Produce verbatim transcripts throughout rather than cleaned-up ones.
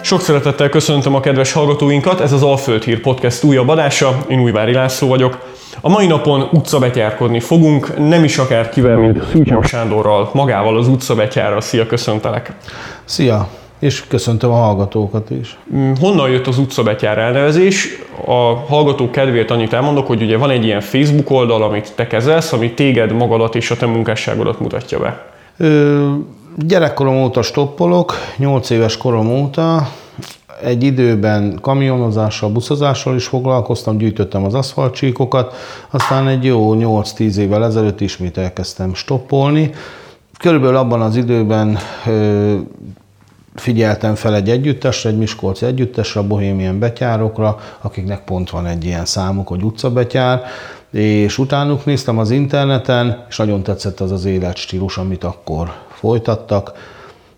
Sok szeretettel köszöntöm a kedves hallgatóinkat, ez az Alföld Hír Podcast újabb adása, én Újvári László vagyok. A mai napon utcabetyárkodni fogunk, nem is akár kivel, mint Szűcs Sándorral, magával az utcabetyárral. Szia, köszöntelek! Szia! És köszöntöm a hallgatókat is. Honnan jött az utcabetyár elnevezés? A hallgatók kedvéért annyit elmondok, hogy ugye van egy ilyen Facebook oldal, amit te kezelsz, ami téged, magadat és a te munkásságodat mutatja be. Ö, gyerekkorom óta stoppolok, nyolc éves korom óta. Egy időben kamionozással, buszozással is foglalkoztam, gyűjtöttem az aszfaltcsíkokat, aztán egy jó nyolc-tíz évvel ezelőtt ismét elkezdtem stoppolni. Körülbelül abban az időben ö, figyeltem fel egy együttesre, egy miskolci együttesre, a Bohemian betyárokra, akiknek pont van egy ilyen számuk, hogy utcabetyár, és utánuk néztem az interneten, és nagyon tetszett az az életstílus, amit akkor folytattak,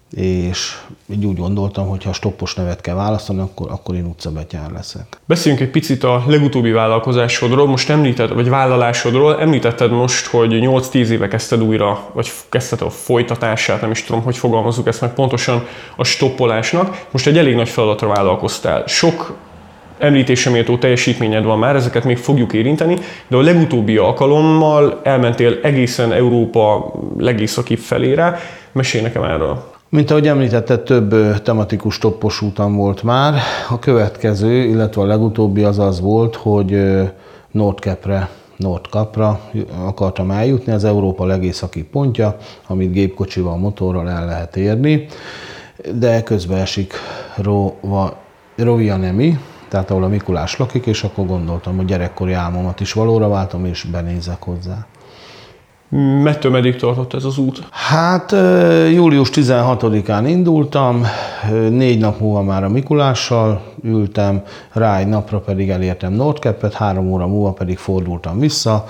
és így úgy gondoltam, hogy ha stoppos nevet kell választani, akkor, akkor én utcabetyár leszek. Beszéljünk egy picit a legutóbbi vállalkozásodról, most említetted, vagy vállalásodról, említetted most, hogy nyolc-tíz éve kezdted újra, vagy kezdted a folytatását, nem is tudom, hogy fogalmazzuk ezt meg pontosan, a stoppolásnak. Most egy elég nagy feladatra vállalkoztál. Sok említésre méltó teljesítményed van már, ezeket még fogjuk érinteni, de a legutóbbi alkalommal elmentél egészen Európa legészakibb felére. Mesélj nekem erről. Mint ahogy említetted, több tematikus stoppos útam volt már. A következő, illetve a legutóbbi az az volt, hogy Nordkapra, Nordkapra akartam eljutni, az Európa legészakibb pontja, amit gépkocsival, motorral el lehet érni, de közben esik Rova, Rovaniemi, tehát ahol a Mikulás lakik, és akkor gondoltam, hogy gyerekkori álmomat is valóra váltom, és benézek hozzá. Mettől meddig tartott ez az út? Hát július tizenhatodikán indultam, négy nap múlva már a Mikulással ültem, rá egy napra pedig elértem Nordkapet, három óra múlva pedig fordultam vissza.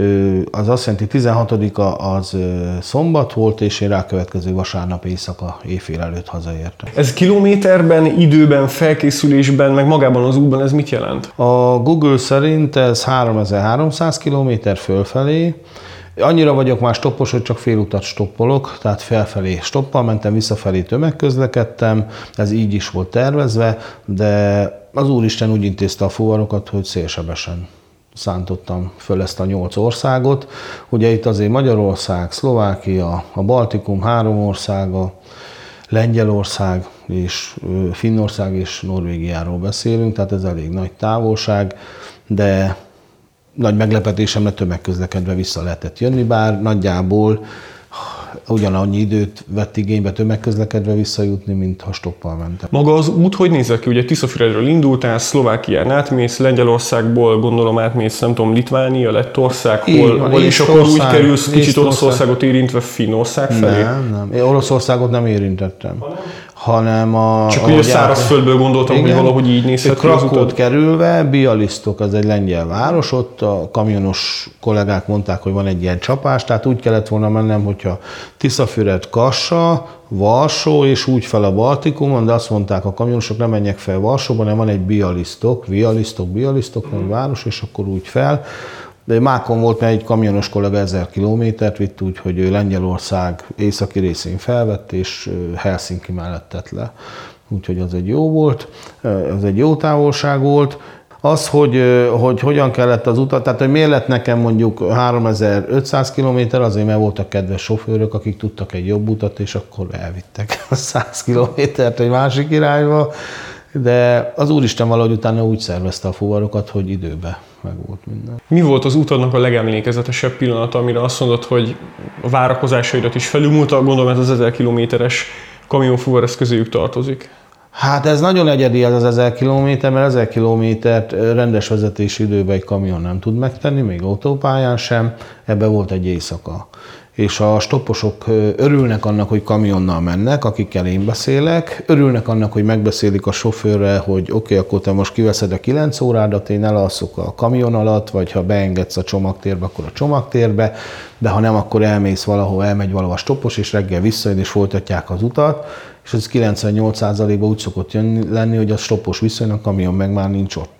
Az azt jelenti, tizenhatodika az szombat volt, és én rákövetkező vasárnap éjszaka éjfél előtt hazaértem. Ez kilométerben, időben, felkészülésben, meg magában az útban ez mit jelent? A Google szerint ez háromezer-háromszáz kilométer fölfelé. Annyira vagyok már stoppos, hogy csak félutat stoppolok, tehát felfelé stoppal mentem, visszafelé tömegközlekedtem, ez így is volt tervezve, de az Úristen úgy intézte a fuvarokat, hogy szélsebesen szántottam föl ezt a nyolc országot. Ugye itt azért Magyarország, Szlovákia, a Baltikum három országa, Lengyelország és Finnország és Norvégiáról beszélünk, tehát ez elég nagy távolság, de nagy meglepetésemre tömegközlekedve vissza lehetett jönni, bár nagyjából ugyanannyi időt vett igénybe tömegközlekedve visszajutni, mint ha stoppal mentem. Maga az út hogy nézett ki? Ugye Tiszafüredről indultál, Szlovákián átmész, Lengyelországból gondolom átmész, nem tudom, Litvánia, Lettország, hol, hol és akkor úgy kerülsz kicsit Oroszországot érintve Finnország felé? Nem, nem. Én Oroszországot nem érintettem. hanem a... Csak ugye szárazföldből gondoltam, igen, hogy valahogy így nézhet ki az utat. Krakót kerülve, Bialystok, az egy lengyel város, ott a kamionos kollégák mondták, hogy van egy ilyen csapás, tehát úgy kellett volna mennem, hogyha Tiszafüred, Kassa, Varsó, és úgy fel a Baltikumon, de azt mondták a kamionosok, nem menjek fel Varsóba, hanem van egy Bialystok, Bialystok, Bialystok, egy város, és akkor úgy fel. De mákon volt, mert egy kamionos kollega ezer kilométert vitt, úgyhogy ő Lengyelország északi részén felvett, és Helsinki mellett tett le. Úgyhogy az egy jó volt, az egy jó távolság volt. Az, hogy, hogy hogyan kellett az utat, tehát hogy miért lett nekem mondjuk háromezer-ötszáz kilométer, azért mert voltak kedves sofőrök, akik tudtak egy jobb utat, és akkor elvittek a száz kilométert egy másik irányba. De az Úristen valahogy utána úgy szervezte a fuvarokat, hogy időben meg volt minden. Mi volt az útadnak a legemlékezetesebb pillanata, amire azt mondod, hogy a várakozásaidat is felülmúlta, gondolom ez az ezer kilométeres kamionfuvar, ez közéjük tartozik? Hát ez nagyon egyedi az az ezer kilométer, mert ezer kilométert rendes vezetési időben egy kamion nem tud megtenni, még autópályán sem, ebben volt egy éjszaka. És a stopposok örülnek annak, hogy kamionnal mennek, akikkel én beszélek, örülnek annak, hogy megbeszélik a sofőrrel, hogy oké, okay, akkor te most kiveszed a kilenc órádat, én elalszok a kamion alatt, vagy ha beengedsz a csomagtérbe, akkor a csomagtérbe, de ha nem, akkor elmész valahol, elmegy valahol a stoppos, és reggel visszajön, és folytatják az utat, és ez kilencvennyolc százalékban úgy szokott jönni, lenni, hogy a stoppos visszajön, a kamion meg már nincs ott.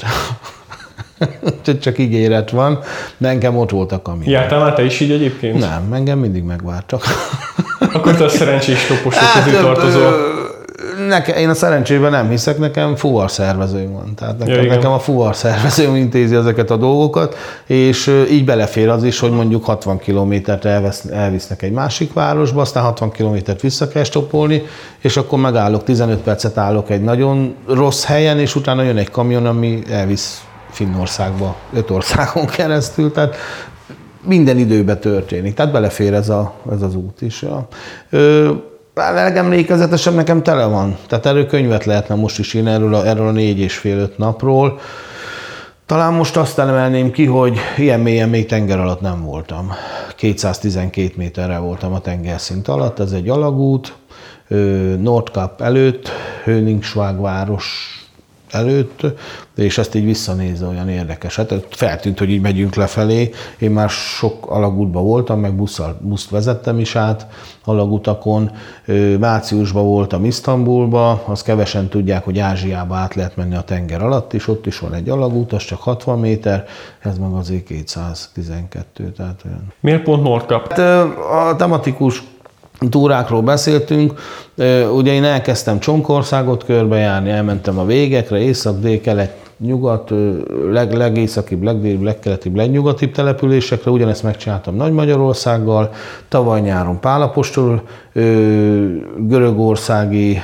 Csak ígéret van, de engem ott volt a kamion. Jártál már te is így egyébként? Nem, engem mindig megvártak. Akkor te a szerencsés stopposok közé tartozol. Neke, én a szerencsében nem hiszek, nekem fuvarszervezőm van. Tehát nekem, nekem a fuvarszervezőm intézi ezeket a dolgokat, és így belefér az is, hogy mondjuk hatvan kilométert elvesz, elvisznek egy másik városba, aztán hatvan kilométert vissza kell stoppolni, és akkor megállok, tizenöt percet állok egy nagyon rossz helyen, és utána jön egy kamion, ami elvisz Finnországba, öt országon keresztül. Tehát minden időben történik, tehát belefér ez, a, ez az út is. Ja. Ö, legemlékezetesebb nekem tele van, tehát erről könyvet lehetne most is írni erről a, erről a négy és fél öt napról. Talán most azt emelném ki, hogy ilyen mélyen még tenger alatt nem voltam. kétszáztizenkét méterre voltam a tengerszint alatt, ez egy alagút, Nordkapp előtt, Höningsvag város előtt, és ezt így visszanézve olyan érdekes. Hát feltűnt, hogy így megyünk lefelé. Én már sok alagútban voltam, meg busszal, buszt vezettem is át alagutakon. Márciusban voltam Isztambulba, azt kevesen tudják, hogy Ázsiába át lehet menni a tenger alatt is, ott is van egy alagút, az csak hatvan méter, ez meg azért kétszáztizenkettő. Tehát olyan. Miért pont Nordkapp? Hát, a tematikus túrákról beszéltünk, ugye én elkezdtem Csonkországot körbejárni, elmentem a végekre, észak, dél, kelet, nyugat, leg, legészakibb, legdélibb, legkeletibb, legnyugatibb településekre, ugyanezt megcsináltam Nagy-Magyarországgal, tavaly nyáron Pál apostol görögországi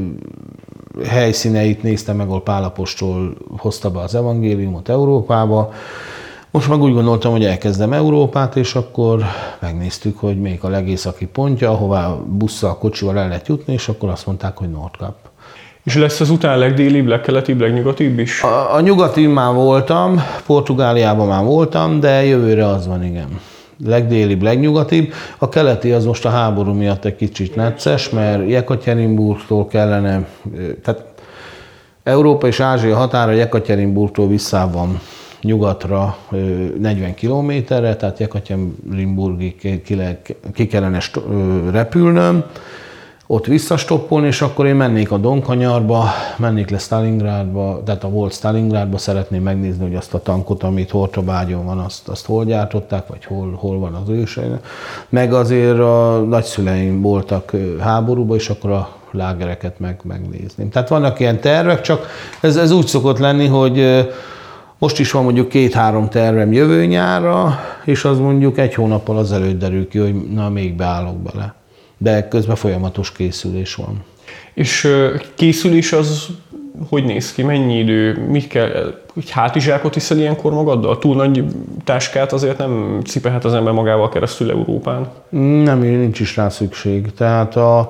helyszíneit néztem meg, ahol Pál apostol hozta be az evangéliumot Európába. Most meg úgy gondoltam, hogy elkezdem Európát, és akkor megnéztük, hogy melyik a legészaki pontja, ahová busszal, kocsival el lehet jutni, és akkor azt mondták, hogy Nordkapp. És lesz az után legdélibb, legkeletibb, legnyugatibb is? A, a nyugati már voltam, Portugáliában már voltam, de jövőre az van, igen. Legdélibb, legnyugatibb. A keleti az most a háború miatt egy kicsit necces, mert Jekaterinburgtól kellene, tehát Európa és Ázsia határa Jekaterinburgtól vissza van nyugatra negyven kilométerre, tehát Jekaterinburgig ki kellene repülnöm, ott visszastoppolni, és akkor én mennék a Donkanyarba, mennék le Stalingrádba, tehát a volt Stalingrádba, szeretném megnézni, hogy azt a tankot, amit Hortobágyon van, azt, azt hol gyártották, vagy hol, hol van az őseim. Meg azért a nagyszüleim voltak háborúban, és akkor a lágereket meg, megnézni. Tehát vannak ilyen tervek, csak ez, ez úgy szokott lenni, hogy most is van mondjuk két-három tervem jövő nyárra, és az mondjuk egy hónappal azelőtt derül ki, hogy na, még beállok bele. De közben folyamatos készülés van. És készülés az hogy néz ki? Mennyi idő? Mit kell? Egy hátizsákot viszel ilyenkor magaddal? Túl nagy táskát azért nem cipelhet az ember magával keresztül Európán? Nem, nincs is rá szükség. Tehát a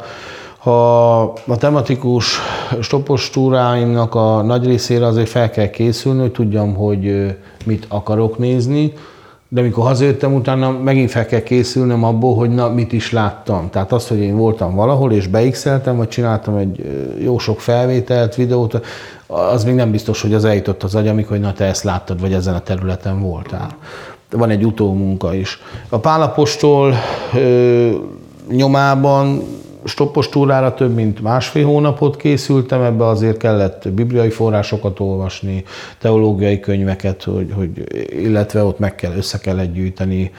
A, a tematikus stoppos túráimnak a nagy részére azért fel kell készülni, hogy tudjam, hogy mit akarok nézni, de amikor hazajöttem utána, megint fel kell készülnöm abból, hogy na, mit is láttam. Tehát az, hogy én voltam valahol, és beixeltem, vagy csináltam egy jó sok felvételt, videót, az még nem biztos, hogy az eljutott az agyamig, hogy na, te ezt láttad, vagy ezen a területen voltál. Van egy utómunka is. A Pál apostol ö, nyomában stoppos túrára több mint másfél hónapot készültem, ebbe azért kellett bibliai forrásokat olvasni, teológiai könyveket, hogy, hogy, illetve ott meg kell, össze kellett gyűjteni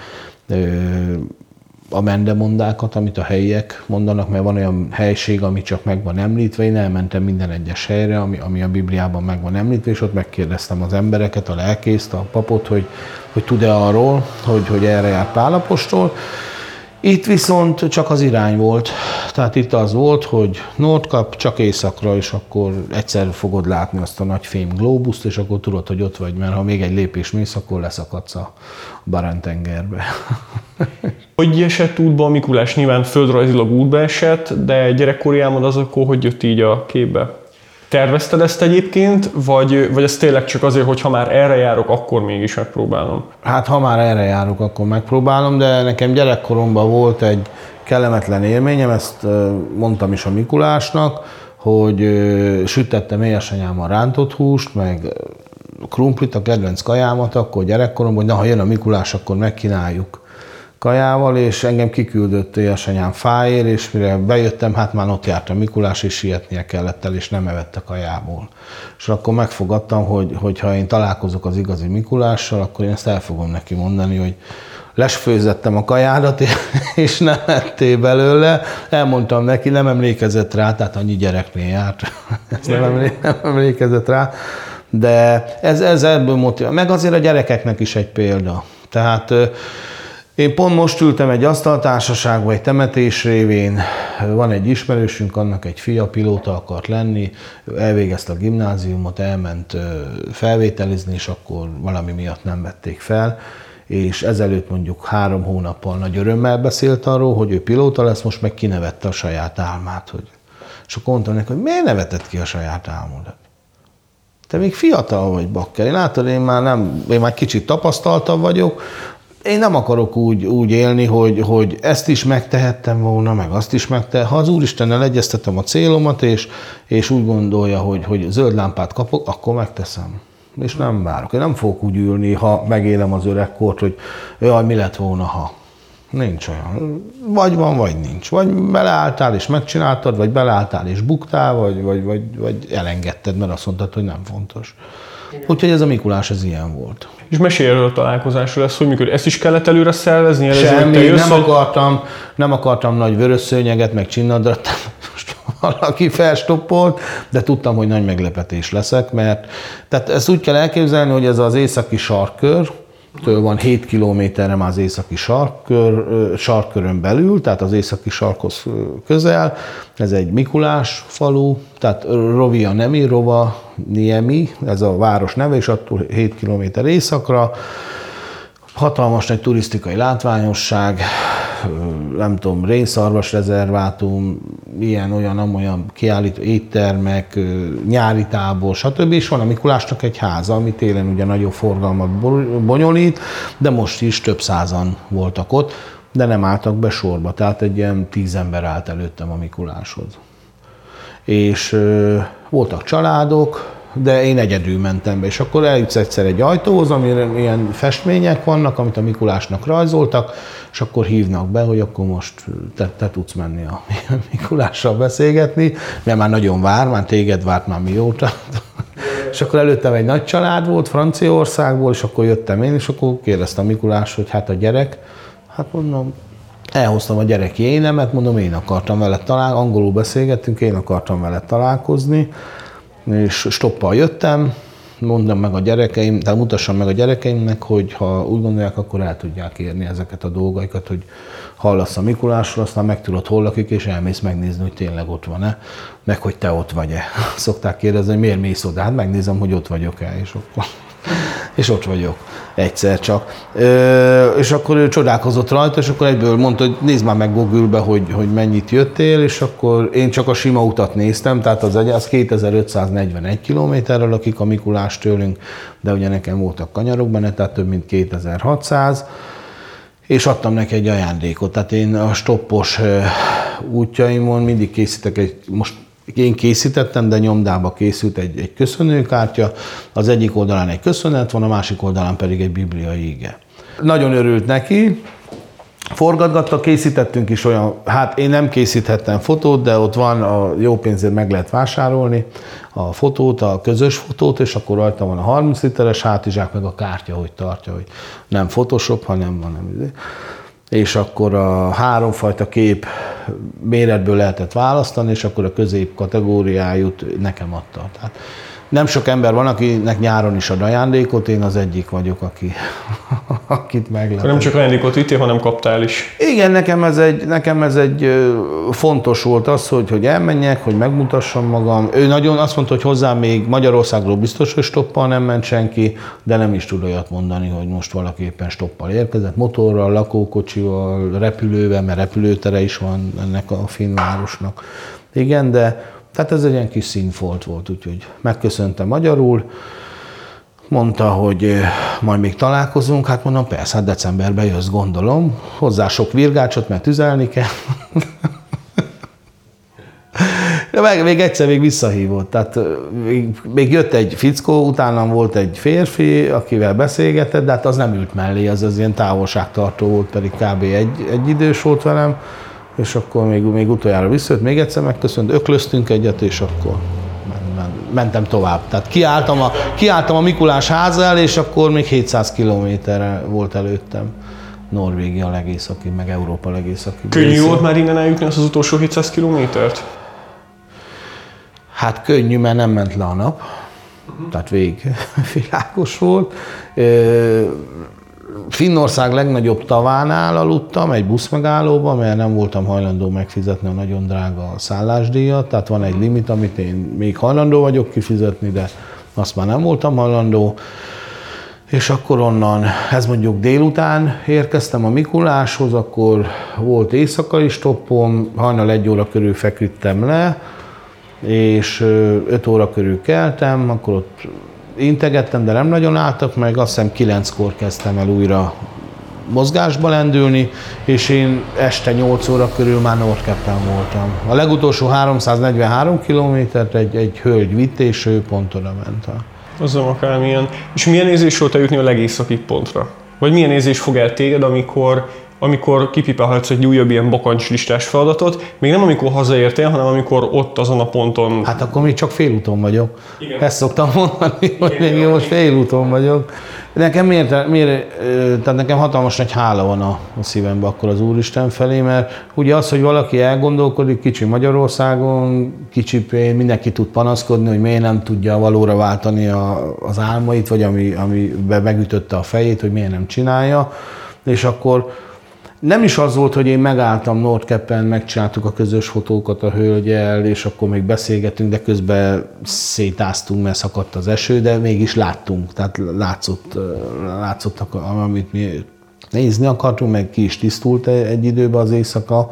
a mendemondákat, amit a helyiek mondanak, mert van olyan helység, ami csak meg van említve. Én elmentem minden egyes helyre, ami, ami a Bibliában meg van említve, és ott megkérdeztem az embereket, a lelkészt, a papot, hogy, hogy tud-e arról, hogy, hogy erre járt Pál apostol. Itt viszont csak az irány volt. Tehát itt az volt, hogy Nordkapp csak északra, és akkor egyszer fogod látni azt a nagy fém glóbuszt, és akkor tudod, hogy ott vagy, mert ha még egy lépés mész, akkor leszakadsz a Barents-tengerbe. Hogy esett útba a Mikulás? Nyilván földrajzilag útba esett, de gyerekkori álmod az akkor hogy jött így a képbe? Tervezted ezt egyébként, vagy, vagy ez tényleg csak azért, hogy ha már erre járok, akkor mégis megpróbálom? Hát ha már erre járok, akkor megpróbálom, de nekem gyerekkoromban volt egy kellemetlen élményem, ezt mondtam is a Mikulásnak, hogy sütettem édesanyámmal rántott húst, meg krumplit, a kedvenc kajámat, akkor gyerekkoromban, hogy na, ha jön a Mikulás, akkor megkínáljuk kajával, és engem kiküldött édesanyám fáért, és mire bejöttem, hát már ott járt a Mikulás, és sietnie kellett el, és nem evett a kajából. És akkor megfogadtam, hogy, hogy ha én találkozok az igazi Mikulással, akkor én ezt el fogom neki mondani, hogy lesfőzettem a kajádat, és nem ettél belőle. Elmondtam neki, nem emlékezett rá, tehát annyi gyereknél járt, ez nem emlékezett rá. De ez, ez ebből motivál. Meg azért a gyerekeknek is egy példa. Tehát én pont most ültem egy asztaltársaságban, egy temetés révén, van egy ismerősünk, annak egy fia pilóta akart lenni, elvégezte a gimnáziumot, elment felvételizni, és akkor valami miatt nem vették fel, és ezelőtt mondjuk három hónappal nagy örömmel beszélt arról, hogy ő pilóta lesz, most meg kinevette a saját álmát. Hogy... És akkor mondtam neki, hogy miért nevetett ki a saját álmodat? Te még fiatal vagy, bakker. Én látod, én már, nem, én már kicsit tapasztaltabb vagyok. Én nem akarok úgy, úgy élni, hogy, hogy ezt is megtehettem volna, meg azt is megtehettem. Ha az Úristennel egyeztetem a célomat, és, és úgy gondolja, hogy, hogy zöld lámpát kapok, akkor megteszem. És nem várok. Én nem fogok úgy ülni, ha megélem az öregkort, hogy jaj, mi lett volna, ha. Nincs olyan. Vagy van, vagy nincs. Vagy beleálltál és megcsináltad, vagy beleálltál és buktál, vagy, vagy, vagy, vagy elengedted, mert azt mondtad, hogy nem fontos. Úgyhogy ez a Mikulás, ez ilyen volt. És mesélj erről a találkozásról, lesz, hogy mikor ezt is kellett előre szervezni? Semmi, nem akartam, nem akartam nagy vörös szőnyeget, meg csinnadrat, most valaki felstoppolt, de tudtam, hogy nagy meglepetés leszek, mert tehát ezt úgy kell elképzelni, hogy ez az északi sarkkör, től van hét kilométerre már az északi sarkkör, sarkkörön belül, tehát az északi sarkhoz közel. Ez egy Mikulás falu, tehát Rovia Nemi, Rova Niemi, ez a város neve, és attól hét kilométer északra. Hatalmas nagy turisztikai látványosság, nem tudom, rénszarvas rezervátum, ilyen, olyan, amolyan kiállító éttermek, nyári tábor, stb. És van a Mikulásnak egy háza, ami télen ugye nagyobb forgalmat bonyolít, de most is több százan voltak ott, de nem álltak be sorba, tehát egy ilyen tíz ember állt előttem a Mikuláshoz. És ö, voltak családok, de én egyedül mentem be, és akkor eljutsz egyszer egy ajtóhoz, amire ilyen festmények vannak, amit a Mikulásnak rajzoltak, és akkor hívnak be, hogy akkor most te, te tudsz menni a Mikulással beszélgetni, mert már nagyon vár, már téged várt már mióta. És akkor előttem egy nagy család volt Franciaországból, és akkor jöttem én, és akkor kérdeztem a Mikulás, hogy hát a gyerek, hát mondom, elhoztam a gyerek énemet, mondom, én akartam vele találkozni, angolul beszélgettünk, én akartam vele találkozni, és stoppal jöttem, mondom meg a gyerekeim, tehát mutassam meg a gyerekeimnek, hogy ha úgy gondolják, akkor el tudják érni ezeket a dolgaikat, hogy hallasz a Mikulásról, aztán megtudod, hol lakik, és elmész megnézni, hogy tényleg ott van-e, meg hogy te ott vagy-e. Szokták kérdezni, hogy miért mész oda, hát megnézem, hogy ott vagyok-e, és akkor... És ott vagyok, egyszer csak. Ö, és akkor ő csodálkozott rajta, és akkor egyből mondta, hogy nézd már meg Google-be, hogy, hogy mennyit jöttél, és akkor én csak a sima utat néztem, tehát az, az kétezer-ötszáznegyvenegy kilométerrel lakik a Mikulás tőlünk, de ugye nekem voltak kanyarok benne, tehát több mint kétezer-hatszáz, és adtam neki egy ajándékot. Tehát én a stoppos útjaimon mindig készítek egy, most én készítettem, de nyomdába készült egy, egy köszönőkártya. Az egyik oldalán egy köszönet van, a másik oldalán pedig egy bibliai ige. Nagyon örült neki, forgatgatta, készítettünk is olyan, hát én nem készíthettem fotót, de ott van, a jó pénzért meg lehet vásárolni a fotót, a közös fotót, és akkor rajta van a harminc literes hátizsák, meg a kártya, hogy tartja, hogy nem Photoshop, hanem van nem. És akkor a háromfajta kép méretből lehetett választani, és akkor a közép kategóriájút nekem adta. Tehát nem sok ember van, akinek nyáron is ad ajándékot, én az egyik vagyok, aki, akit meglepett. Nem csak ajándékot vittél, hanem kaptál is. Igen, nekem ez egy, nekem ez egy fontos volt az, hogy, hogy elmenjek, hogy megmutassam magam. Ő nagyon azt mondta, hogy hozzám még Magyarországról biztos, hogy stoppal nem ment senki, de nem is tud olyat mondani, hogy most valaki éppen stoppal érkezett, motorral, lakókocsival, repülővel, mert repülőtere is van ennek a finn városnak. Igen, de tehát ez egy ilyen kis színfolt volt, úgyhogy megköszöntem magyarul, mondta, hogy majd még találkozunk, hát mondom, persze, hát decemberben jössz, gondolom, hozzá sok virgácsot, mert tüzelni kell. De meg, még egyszer még visszahívott, tehát még, még jött egy fickó, utánam volt egy férfi, akivel beszélgetett, de hát az nem ült mellé, az az ilyen távolságtartó volt, pedig kb. egy, egy idős volt velem, és akkor még, még utoljára visszajött, még egyszer megköszönt, öklöztünk egyet, és akkor mentem tovább. Tehát kiálltam a, kiálltam a Mikulás háza el, és akkor még hétszáz kilométerre volt előttem. Norvégia legészaki, meg Európa legészaki. Könnyű volt már innen eljutni az, az utolsó hétszáz kilométert? Hát könnyű, mert nem ment le a nap, uh-huh. tehát végig világos volt. Finnország legnagyobb tavánál aludtam, egy buszmegállóban, mert nem voltam hajlandó megfizetni a nagyon drága szállásdíjat, tehát van egy limit, amit én még hajlandó vagyok kifizetni, de azt már nem voltam hajlandó. És akkor onnan, ez mondjuk délután érkeztem a Mikuláshoz, akkor volt éjszakai stoppom, hajnal egy óra körül feküdtem le, és öt óra körül keltem, akkor ott integettem, de nem nagyon álltak meg, azt hiszem kilenckor kezdtem el újra mozgásba lendülni, és én este nyolc óra körül már Nordkappen voltam. A legutolsó háromszáznegyvenhárom kilométert egy, egy hölgy vitt, és ő pont oda ment. Azzal akármilyen. És milyen érzés volt eljutni a legészakibb pontra? Vagy milyen érzés fog el téged, amikor, amikor kipipálhatsz egy újabb ilyen bakancslistás feladatot, még nem amikor hazaértél, hanem amikor ott azon a ponton... Hát akkor még csak félúton vagyok. Igen. Ezt szoktam mondani, igen, hogy még igen, most félúton vagyok. Nekem miért, miért, tehát nekem hatalmas nagy hála van a, a szívemben akkor az Úristen felé, mert ugye az, hogy valaki elgondolkodik kicsi Magyarországon, kicsi pénz, mindenki tud panaszkodni, hogy miért nem tudja valóra váltani a, az álmait, vagy ami, ami megütötte a fejét, hogy miért nem csinálja, és akkor nem is az volt, hogy én megálltam Nordkappen, megcsináltuk a közös fotókat a hölgyel, és akkor még beszélgetünk, de közben szétáztunk, mert szakadt az eső, de mégis láttunk, tehát látszott, látszottak, amit mi nézni akartunk, meg ki is tisztult egy időben az éjszaka,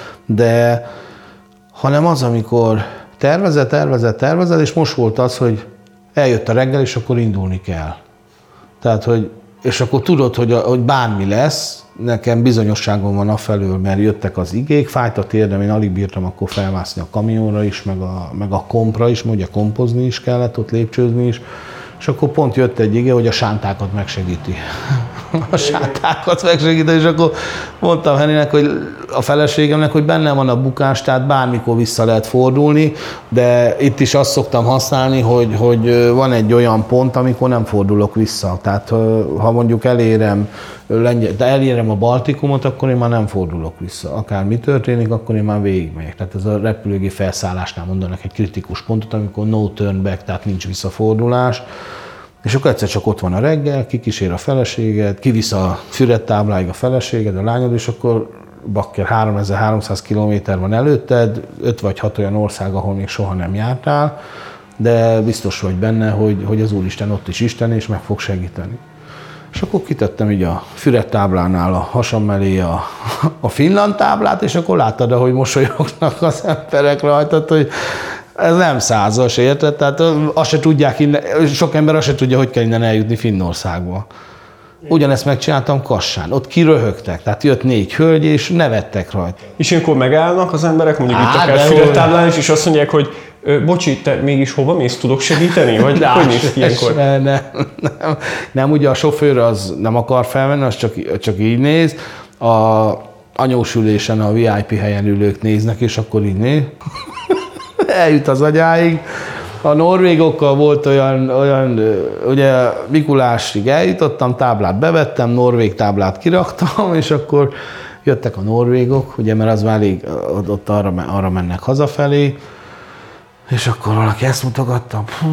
de hanem az, amikor tervezett, tervezett, tervezett, és most volt az, hogy eljött a reggel, és akkor indulni kell. Tehát, hogy és akkor tudod, hogy, a, hogy bármi lesz, nekem bizonyosságom van afelől, mert jöttek az igék, fájt a térdem, én alig bírtam akkor felmászni a kamionra is, meg a, meg a kompra is, ugye kompozni is kellett, ott lépcsőzni is, és akkor pont jött egy ige, hogy a sántákat megsegíti. A sántákat megsegíti, és akkor mondtam Henninek, hogy a feleségemnek, hogy benne van a bukás, tehát bármikor vissza lehet fordulni, de itt is azt szoktam használni, hogy, hogy van egy olyan pont, amikor nem fordulok vissza. Tehát ha mondjuk elérem, de elérem a Baltikumot, akkor én már nem fordulok vissza. Akár mi történik, akkor én már végigmegyek. Tehát ez a repülőgép felszállásnál mondanak egy kritikus pontot, amikor no turn back, tehát nincs visszafordulás. És akkor egyszer csak ott van a reggel, kikísér a feleséged, kivisz a Füred tábláig a feleséged, a lányod, és akkor bakker háromezer-háromszáz kilométer van előtted, öt vagy hat olyan ország, ahol még soha nem jártál, de biztos vagy benne, hogy, hogy az Úristen ott is Isten, és meg fog segíteni. És akkor kitettem így a Füred táblánál a hasam mellé a, a finland táblát, és akkor láttad, ahogy mosolyognak az emberek rajtad, hogy ez nem százas, érted? Tehát azt se tudják innen, sok ember azt se tudja, hogy kell innen eljutni Finnországba. Ugyanezt megcsináltam Kassán, ott kiröhögtek, tehát jött négy hölgy, és nevettek rajta. És ilyenkor megállnak az emberek, mondjuk Á, itt akár Füred táblán is, és azt mondják, hogy bocsi, te mégis hova mész, tudok segíteni? Vagy de hogy néz ki ilyenkor? Nem, nem, nem, nem, ugye a sofőr az nem akar felmenni, az csak, csak így néz. A anyósülésen a vé i pé helyen ülők néznek, és akkor így néz. Eljut az agyáig. A norvégokkal volt olyan, olyan, ugye Mikulásig eljutottam, táblát bevettem, norvég táblát kiraktam, és akkor jöttek a norvégok, ugye, mert az már elég, ott arra, arra mennek hazafelé, és akkor valaki ezt mutogatta, Puh,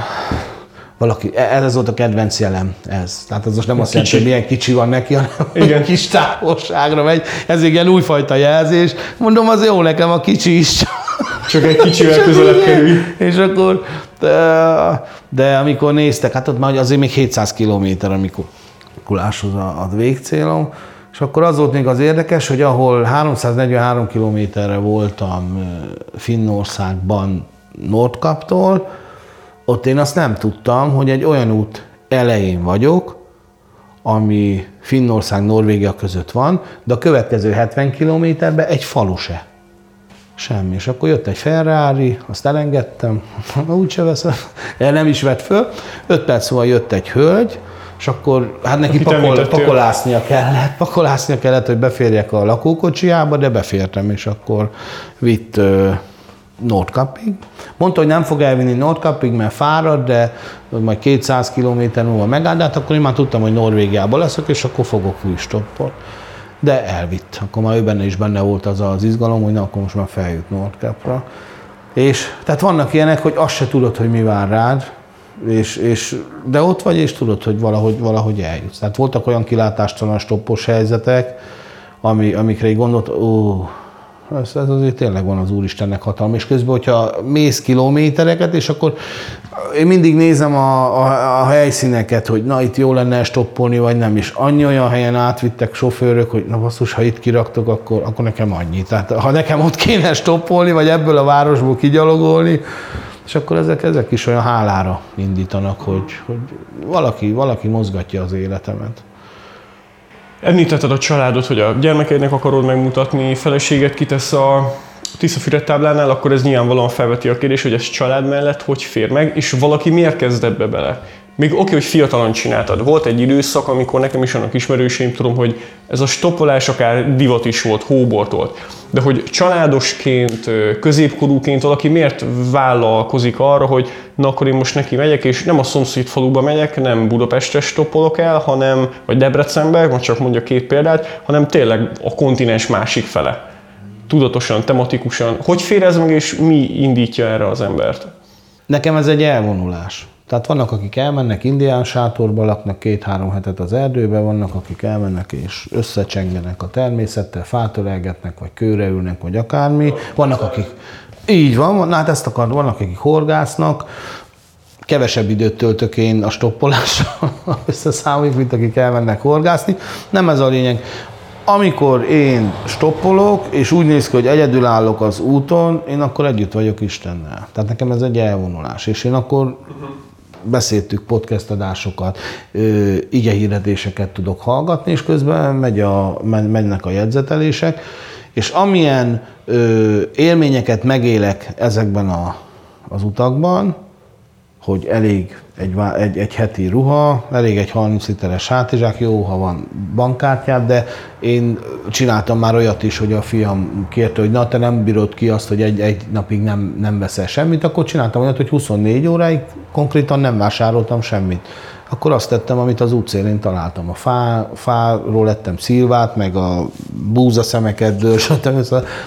valaki, ez volt a kedvenc jelem, ez. Tehát ez most nem azt jelenti, hogy milyen kicsi van neki, hanem igen. Kis távolságra megy. Ez ilyen újfajta jelzés. Mondom, az jó nekem a kicsi is. Csak egy kicsivel közelebb kerül. És akkor, de, de amikor néztek, hát ott már azért még hétszáz kilométer, amikor Mikuláshoz a, a végcélom, és akkor az volt még az érdekes, hogy ahol háromszáznegyvenhárom kilométerre voltam Finnországban Nordkaptól, ott én azt nem tudtam, hogy egy olyan út elején vagyok, ami Finnország, Norvégia között van, de a következő hetven kilométerben egy falu se. Semmi. És akkor jött egy Ferrari, azt elengedtem, úgyse veszem, el nem is vett föl. Öt perc múlva jött egy hölgy, és akkor hát neki pakol, pakolásznia kellett, pakolásznia kellett, hogy beférjek a lakókocsiába, de befértem, és akkor vitt Nordkappig. Mondta, hogy nem fog elvinni Nordkappig, mert fárad, de majd kétszáz kilométer múlva megáll, de hát akkor én már tudtam, hogy Norvégiában leszek, és akkor fogok új stoppot. De elvitt. Akkor már ő benne is benne volt az az izgalom, hogy na, akkor most már feljut Nordkapra. És tehát vannak ilyenek, hogy azt se tudod, hogy mi vár rád, és, és, de ott vagy, és tudod, hogy valahogy, valahogy eljutsz. Tehát voltak olyan kilátástalan stoppos helyzetek, ami, amikre így gondolt, ó, ez, ez azért tényleg van az Úristennek hatalma. És közben, hogyha mész kilométereket, és akkor én mindig nézem a, a, a helyszíneket, hogy na, itt jó lenne stoppolni, vagy nem is. Annyi olyan helyen átvittek sofőrök, hogy na basszus, ha itt kiraktok, akkor, akkor nekem annyi. Tehát ha nekem ott kéne stoppolni, vagy ebből a városból kigyalogolni, és akkor ezek, ezek is olyan hálára indítanak, hogy, hogy valaki, valaki mozgatja az életemet. Említetted a családot, hogy a gyermekeidnek akarod megmutatni, feleséget kitesz a Tiszafüred táblánál, akkor ez nyilvánvalóan felveti a kérdés, hogy ez család mellett hogy fér meg, és valaki miért kezd ebbe bele? Még oké, okay, hogy fiatalan csináltad. Volt egy időszak, amikor nekem is annak ismerőseim, tudom, hogy ez a stoppolás akár divat is volt, hóbort volt. De hogy családosként, középkorúként valaki miért vállalkozik arra, hogy na akkor én most neki megyek, és nem a szomszéd faluba megyek, nem Budapestre stoppolok el, hanem, vagy Debrecenbe, vagy csak mondja két példát, hanem tényleg a kontinens másik fele. Tudatosan, tematikusan. Hogy fér ez meg, és mi indítja erre az embert? Nekem ez egy elvonulás. Tehát vannak, akik elmennek indián sátorba, laknak két-három hetet az erdőben, vannak, akik elmennek és összecsengenek a természettel, fát ölelgetnek, vagy kőre ülnek, vagy akármi. Vannak, akik így van, na hát ezt akar, vannak, akik horgásznak. Kevesebb időt töltök én a stoppolással összeszámoljuk, mint akik elmennek horgászni. Nem ez a lényeg. Amikor én stoppolok, és úgy néz ki, hogy egyedül állok az úton, én akkor együtt vagyok Istennel. Tehát nekem ez egy elvonulás. És én akkor beszéltük podcast adásokat, igehirdetéseket tudok hallgatni, és közben megy a, mennek a jegyzetelések, és amilyen ö, élményeket megélek ezekben a, az utakban, hogy elég egy, egy, egy heti ruha, elég egy harminc literes hátizsák, jó, ha van bankkártyád, de én csináltam már olyat is, hogy a fiam kérte, hogy na, te nem bírod ki azt, hogy egy, egy napig nem, nem veszel semmit, akkor csináltam olyat, hogy huszonnégy óráig konkrétan nem vásároltam semmit. Akkor azt tettem, amit az útszélén találtam. A fá, fáról lettem szilvát, meg a búzaszemeket dősöttem.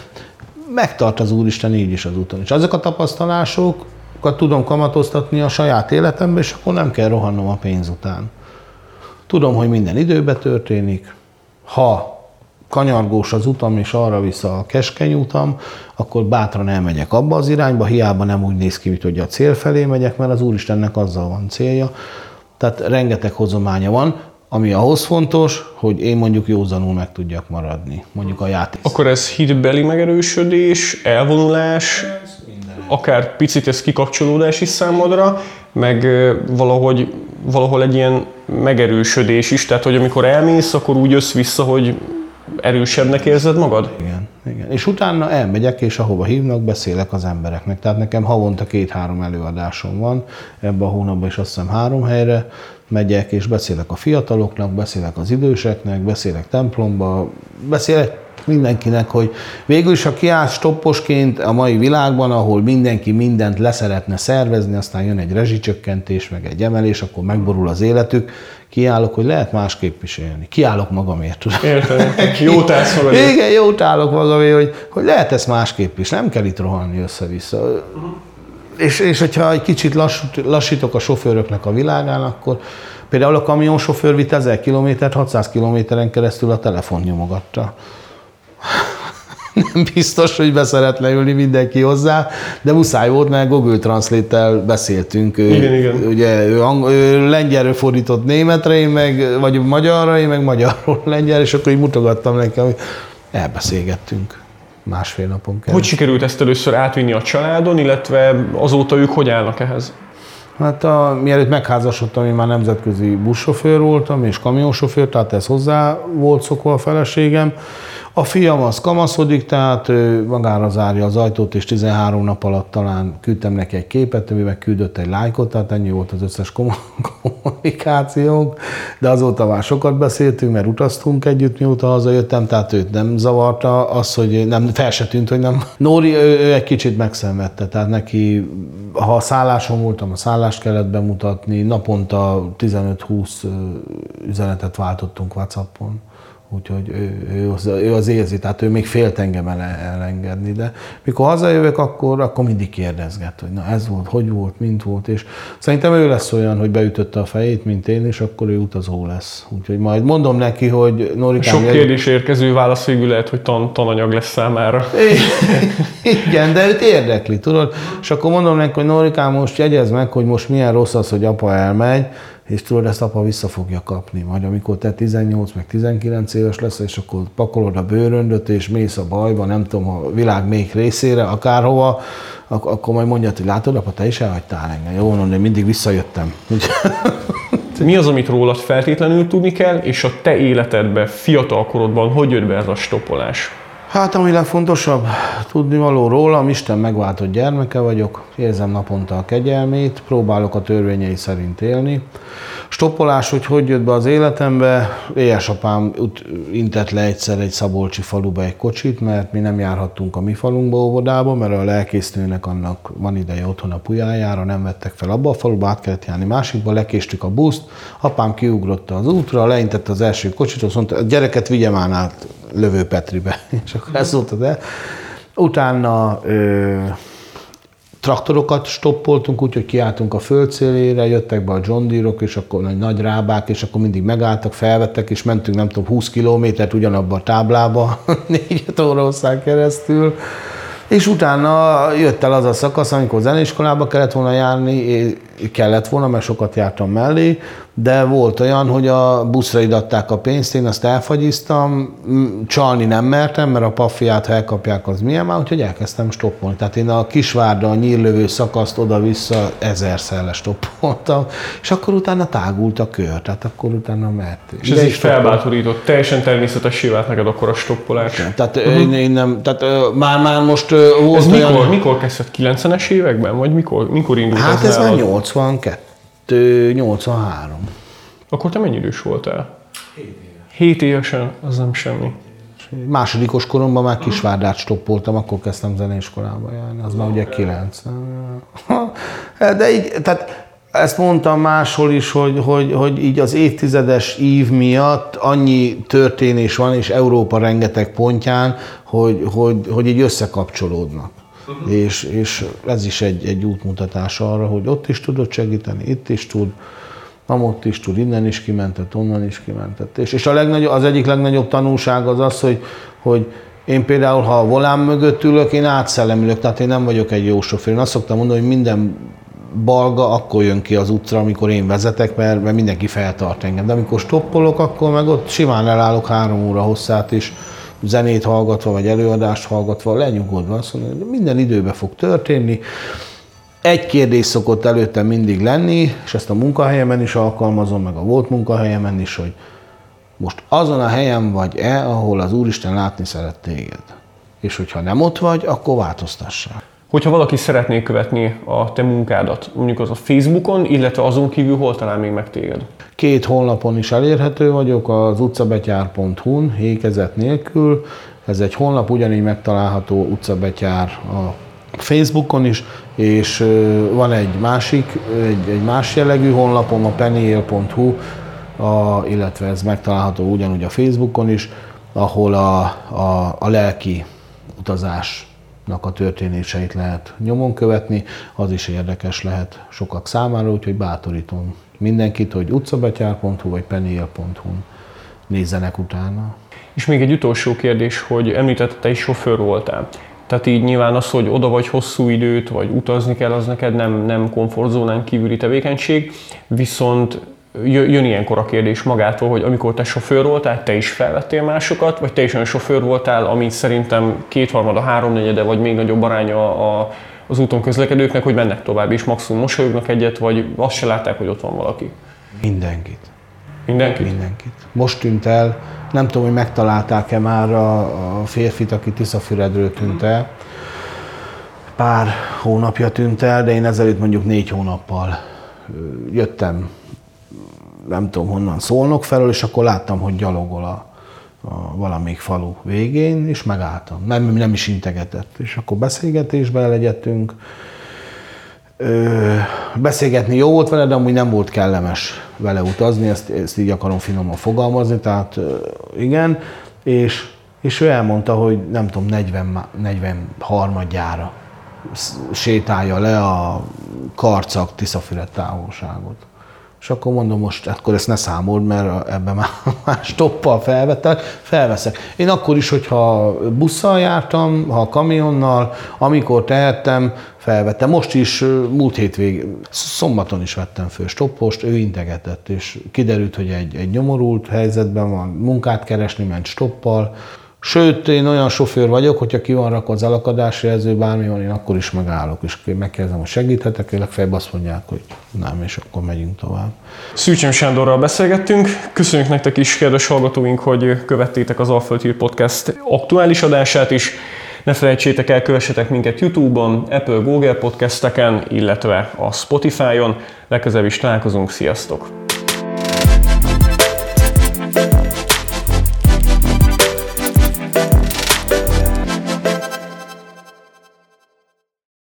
Megtart az Úristen így is az úton. És ezek a tapasztalások tudom kamatoztatni a saját életembe, és akkor nem kell rohannom a pénz után. Tudom, hogy minden időben történik. Ha kanyargós az utam, és arra vissza a keskeny utam, akkor bátran elmegyek abba az irányba, hiába nem úgy néz ki, mint hogy a cél felé megyek, mert az Úristennek azzal van célja. Tehát rengeteg hozománya van, ami ahhoz fontos, hogy én mondjuk józanul meg tudjak maradni, mondjuk a játék. Akkor ez hitbeli megerősödés, elvonulás, akár picit ez kikapcsolódás is számodra, meg valahogy, valahol egy ilyen megerősödés is, tehát hogy amikor elmész, akkor úgy jössz vissza, hogy erősebbnek érzed magad? Igen, igen. És utána elmegyek, és ahova hívnak, beszélek az embereknek. Tehát nekem havonta két-három előadásom van, ebben a hónapban is azt hiszem három helyre megyek, és beszélek a fiataloknak, beszélek az időseknek, beszélek templomba, beszélek mindenkinek, hogy végül is, ha kiállsz stopposként a mai világban, ahol mindenki mindent leszeretne szervezni, aztán jön egy rezsicsökkentés, meg egy emelés, akkor megborul az életük, kiállok, hogy lehet másképp is élni. Kiállok magamért. Értem. Jót állsz magamért. Igen, jót állok magamért, hogy, hogy lehet ezt másképp is. Nem kell itt rohanni össze-vissza. Uh-huh. És, és hogyha egy kicsit lassít, lassítok a sofőröknek a világán, akkor például a kamionsofőr vitt ezer kilométert, hatszáz kilométeren keresztül a telefon nyomogatta. Nem biztos, hogy be szeretne ülni mindenki hozzá, de muszáj volt, mert Google Translate-tel beszéltünk. Igen, igen. Ugye, ő, ang- ő lengyelről fordított németre, én meg, vagy magyarra, én meg magyarról lengyel, és akkor így mutogattam nekem, hogy elbeszélgettünk másfél napon keresztül. Hogy sikerült ezt először átvinni a családon, illetve azóta ők hogy állnak ehhez? Hát a, mielőtt megházasodtam, én már nemzetközi buszsofőr voltam, és kamionsofőr, tehát ez hozzá volt szokva a feleségem. A fiam az kamaszodik, tehát ő magára zárja az ajtót, és tizenhárom nap alatt talán küldtem neki egy képet, ő meg küldött egy lájkot, tehát ennyi volt az összes kommunikációnk, de azóta már sokat beszéltünk, mert utaztunk együtt, mióta hazajöttem, tehát őt nem zavarta az, hogy nem, fel se tűnt, hogy nem. Nóri, ő, ő egy kicsit megszenvedte, tehát neki, ha a szálláson voltam, a szállást kellett bemutatni, naponta tizenöt-húsz üzenetet váltottunk WhatsAppon. Úgyhogy ő, ő, az, ő az érzi, tehát ő még félt engem el, elengedni, de mikor hazajövök, akkor, akkor mindig kérdezget, hogy na ez volt, hogy volt, mint volt, és szerintem ő lesz olyan, hogy beütötte a fejét, mint én, és akkor ő utazó lesz. Úgyhogy majd mondom neki, hogy Norikám... Sok kérdés érkező válasz végül lehet, hogy tan, tananyag lesz számára. Igen, de őt érdekli, tudod? És akkor mondom neki, hogy Norikám, most jegyezd meg, hogy most milyen rossz az, hogy apa elmegy, és tudod, ezt apa vissza fogja kapni. Majd amikor te tizennyolc meg tizenkilenc éves lesz, és akkor pakolod a bőröndöt, és mész a bajba, nem tudom, a világ még részére, akárhova, ak- akkor majd mondjad, hogy látod, apa, te is elhagytál engem. Jó, mondom, én mindig visszajöttem. Mi az, amit rólad feltétlenül tudni kell, és a te életedben, fiatal korodban hogy jött be ez a stoppolás? Hát ami legfontosabb, tudni való rólam, Isten megváltott gyermeke vagyok, érzem naponta a kegyelmét, próbálok a törvényei szerint élni. Stoppolás, hogy hogy jött be az életembe, édesapám intett le egyszer egy szabolcsi faluba egy kocsit, mert mi nem járhattunk a mi falunkba óvodába, mert a lelkésznőnek annak van ideje otthon a pulyájára, nem vettek fel abba a faluba, át kellett járni másikba, lekéstük a buszt, apám kiugrott az útra, leintette az első kocsit, azt mondta, a gyereket vigyem át Lövő Petribe. És akkor ezt mondta, de utána ö, traktorokat stoppoltunk, úgyhogy kiálltunk a föld szélére, jöttek be a John Deere-ok, és akkor nagy, nagy rábák, és akkor mindig megálltak, felvettek, és mentünk nem tudom húsz kilométert ugyanabba a táblába, négy Oroszország keresztül. És utána jött el az a szakasz, amikor zeneiskolába kellett volna járni, kellett volna, mert sokat jártam mellé, de volt olyan, hogy a buszra idatták a pénzt, én azt elfagyiztam, csalni nem mertem, mert a paffiát, ha elkapják, az milyen már, úgyhogy elkezdtem stoppolni. Tehát én a Kisvárda, a nyírlövő szakaszt oda-vissza ezerszer lestoppoltam, és akkor utána tágult a kör, tehát akkor utána mehet. És ez is felbátorított, teljesen természetessé vált neked akkor a stoppolás. Igen, tehát uh-huh. én, én nem, tehát uh, már, már most uh, volt ez olyan... mikor, mikor kezdett? kilencvenes években? Vagy mikor, mikor indult hát ez ez már nyolcvankettő nyolcvanhárom. Akkor te mennyi idős voltál? hét évesen, az nem semmi. Másodikos koromban már Kisvárdát stoppoltam, akkor kezdtem zeneiskolába járni, az már ugye kilenc. De így, tehát ezt mondtam máshol is, hogy, hogy, hogy így az évtizedes ív miatt annyi történés van, és Európa rengeteg pontján, hogy, hogy, hogy így összekapcsolódnak. Uh-huh. És, és ez is egy, egy útmutatás arra, hogy ott is tudod segíteni, itt is tud, nem ott is tud, innen is kimentett, onnan is kimentett. És, és a legnagyobb, az egyik legnagyobb tanulság az az, hogy, hogy én például, ha a volán mögött ülök, én átszellemülök, tehát én nem vagyok egy jó sofőr. Én azt szoktam mondani, hogy minden balga akkor jön ki az útra, amikor én vezetek, mert, mert mindenki feltart engem. De amikor stoppolok, akkor meg ott simán elállok három óra hosszát is, zenét hallgatva, vagy előadást hallgatva, lenyugodva, azt mondom, hogy minden időben fog történni. Egy kérdés szokott előttem mindig lenni, és ezt a munkahelyemen is alkalmazom, meg a volt munkahelyemen is, hogy most azon a helyen vagy-e, ahol az Úristen látni szeret téged. És hogyha nem ott vagy, akkor változtassál. Hogyha valaki szeretné követni a te munkádat, mondjuk az a Facebookon, illetve azon kívül hol talál még meg téged? Két honlapon is elérhető vagyok, az utcabetyár pont hu-n, ékezet nélkül. Ez egy honlap, ugyanígy megtalálható utcabetyár a Facebookon is, és van egy másik, egy, egy más jellegű honlapom, a pennyhill pont hu, a, illetve ez megtalálható ugyanúgy a Facebookon is, ahol a, a, a lelki utazásnak a történéseit lehet nyomon követni, az is érdekes lehet sokak számára, úgyhogy bátorítom mindenkit, hogy utcabetyár pont hu vagy pennyhill pont hu-n nézzenek utána. És még egy utolsó kérdés, hogy említette, te is sofőr voltál. Tehát így nyilván az, hogy oda vagy hosszú időt, vagy utazni kell, az neked nem, nem komfortzónán kívüli tevékenység, viszont jön ilyenkor a kérdés magától, hogy amikor te sofőr voltál, te is felvettél másokat, vagy te is olyan sofőr voltál, ami szerintem kétharmada, háromnegyede, vagy még nagyobb aránya a, az úton közlekedőknek, hogy mennek tovább, és maximum mosolyognak egyet, vagy azt se látták, hogy ott van valaki. Mindenkit. Mindenkit? Mindenkit. Most tűnt el, nem tudom, hogy megtalálták-e már a, a férfit, aki Tiszafüredről tűnt el. Pár hónapja tűnt el, de én ezelőtt mondjuk négy hónappal jöttem, nem tudom honnan, Szolnok felől, és akkor láttam, hogy gyalogol a, a valamelyik falu végén, és megálltam. Nem, nem is integetett. És akkor beszélgetésbe elegyedtünk. Ö, beszélgetni jó volt vele, de amúgy nem volt kellemes vele utazni, ezt, ezt így akarom finoman fogalmazni, tehát ö, igen, és, és ő elmondta, hogy nem tudom, negyven, negyven harmadjára sétálja le a Karcag-Tiszafüred távolságot. És akkor mondom, most akkor ezt ne számold, mert ebben már, már stoppal felvettek, felveszek. Én akkor is, hogyha busszal jártam, ha kamionnal, amikor tehettem, felvettem. Most is múlt hétvégén, szombaton is vettem föl stoppost, ő integetett, és kiderült, hogy egy, egy nyomorult helyzetben van, munkát keresni, ment stoppal. Sőt, én olyan sofőr vagyok, hogyha ki van rakva az elakadási jelző, bármi van, én akkor is megállok, és megkérdezem, hogy segíthetek, legfeljebb azt mondják, hogy nem, és akkor megyünk tovább. Szűcsém Sándorral beszélgettünk. Köszönjük nektek is, kedves hallgatóink, hogy követtétek az Alföld Hír Podcast aktuális adását is. Ne felejtsétek el, kövessetek minket YouTube-on, Apple, Google podcasteken, illetve a Spotify-on. Legközelebb is találkozunk, sziasztok!